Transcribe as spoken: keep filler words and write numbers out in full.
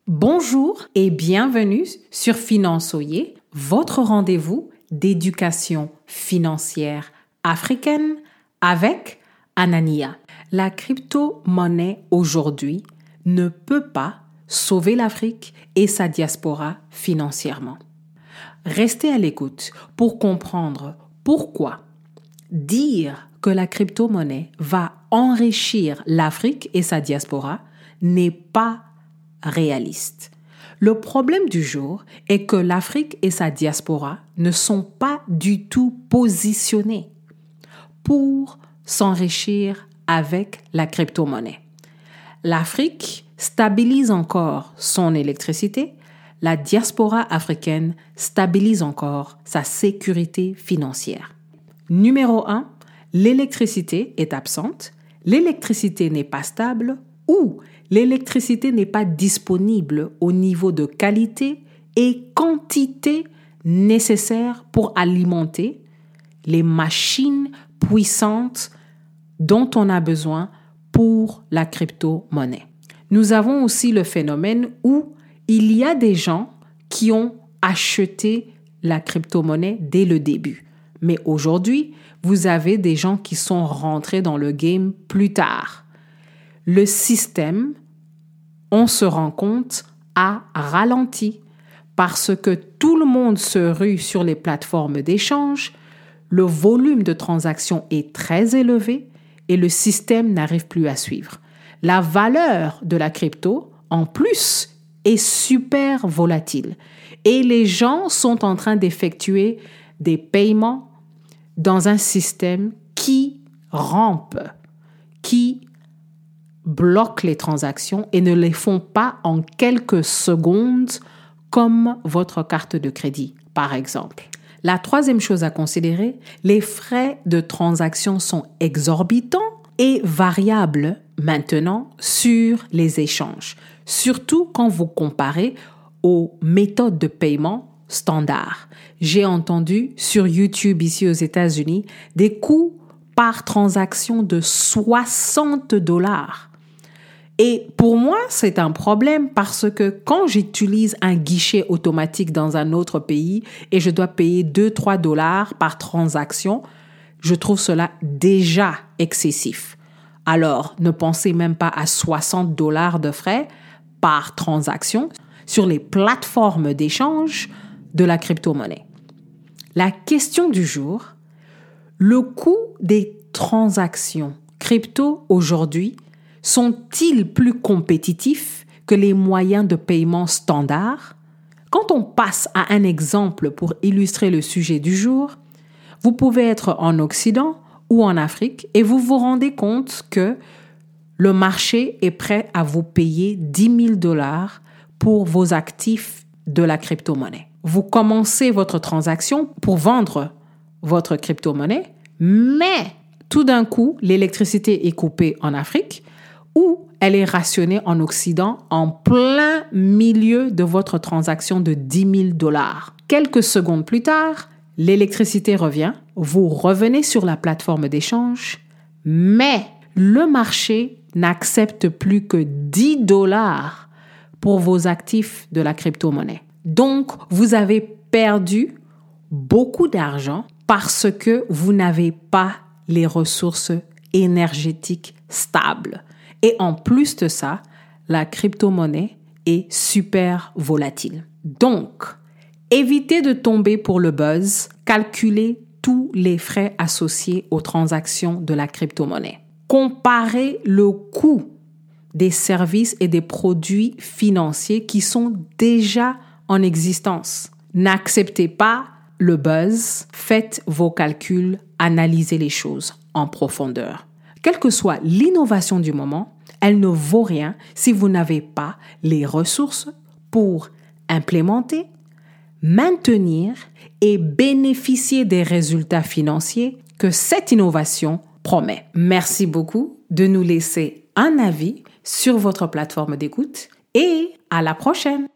Bonjour et bienvenue sur Finançoyer, votre rendez-vous d'éducation financière africaine avec Anania. La crypto-monnaie aujourd'hui ne peut pas sauver l'Afrique et sa diaspora financièrement. Restez à l'écoute pour comprendre pourquoi dire que la crypto-monnaie va enrichir l'Afrique et sa diaspora n'est pas réaliste. Le problème du jour est que l'Afrique et sa diaspora ne sont pas du tout positionnés pour s'enrichir avec la crypto-monnaie. L'Afrique stabilise encore son électricité, la diaspora africaine stabilise encore sa sécurité financière. Numéro un, l'électricité est absente, l'électricité n'est pas stable ou l'électricité n'est pas disponible au niveau de qualité et quantité nécessaires pour alimenter les machines puissantes dont on a besoin pour la crypto-monnaie. Nous avons aussi le phénomène où il y a des gens qui ont acheté la crypto-monnaie dès le début. Mais aujourd'hui, vous avez des gens qui sont rentrés dans le game plus tard. Le système, on se rend compte, a ralenti parce que tout le monde se rue sur les plateformes d'échange, le volume de transactions est très élevé et le système n'arrive plus à suivre. La valeur de la crypto, en plus, est super volatile et les gens sont en train d'effectuer des paiements dans un système qui rampe, qui bloque les transactions et ne les font pas en quelques secondes comme votre carte de crédit, par exemple. La troisième chose à considérer, les frais de transaction sont exorbitants et variables maintenant sur les échanges, surtout quand vous comparez aux méthodes de paiement standard. J'ai entendu sur YouTube ici aux États-Unis des coûts par transaction de soixante dollars. Et pour moi, c'est un problème parce que quand j'utilise un guichet automatique dans un autre pays et je dois payer deux à trois dollars par transaction, je trouve cela déjà excessif. Alors, ne pensez même pas à soixante dollars de frais par transaction sur les plateformes d'échange de la crypto-monnaie. La question du jour, le coût des transactions crypto aujourd'hui sont-ils plus compétitifs que les moyens de paiement standards? Quand on passe à un exemple pour illustrer le sujet du jour, vous pouvez être en Occident ou en Afrique et vous vous rendez compte que le marché est prêt à vous payer dix mille dollars pour vos actifs de la crypto-monnaie. Vous commencez votre transaction pour vendre votre crypto-monnaie, mais tout d'un coup, l'électricité est coupée en Afrique ou elle est rationnée en Occident en plein milieu de votre transaction de dix mille dollars. Quelques secondes plus tard, l'électricité revient, vous revenez sur la plateforme d'échange, mais le marché n'accepte plus que dix dollars pour vos actifs de la crypto-monnaie. Donc, vous avez perdu beaucoup d'argent parce que vous n'avez pas les ressources énergétiques stables. Et en plus de ça, la crypto-monnaie est super volatile. Donc, évitez de tomber pour le buzz, calculez tous les frais associés aux transactions de la crypto-monnaie. Comparez le coût des services et des produits financiers qui sont déjà en existence. N'acceptez pas le buzz, faites vos calculs, analysez les choses en profondeur. Quelle que soit l'innovation du moment, elle ne vaut rien si vous n'avez pas les ressources pour implémenter, maintenir et bénéficier des résultats financiers que cette innovation promet. Merci beaucoup de nous laisser un avis sur votre plateforme d'écoute et à la prochaine.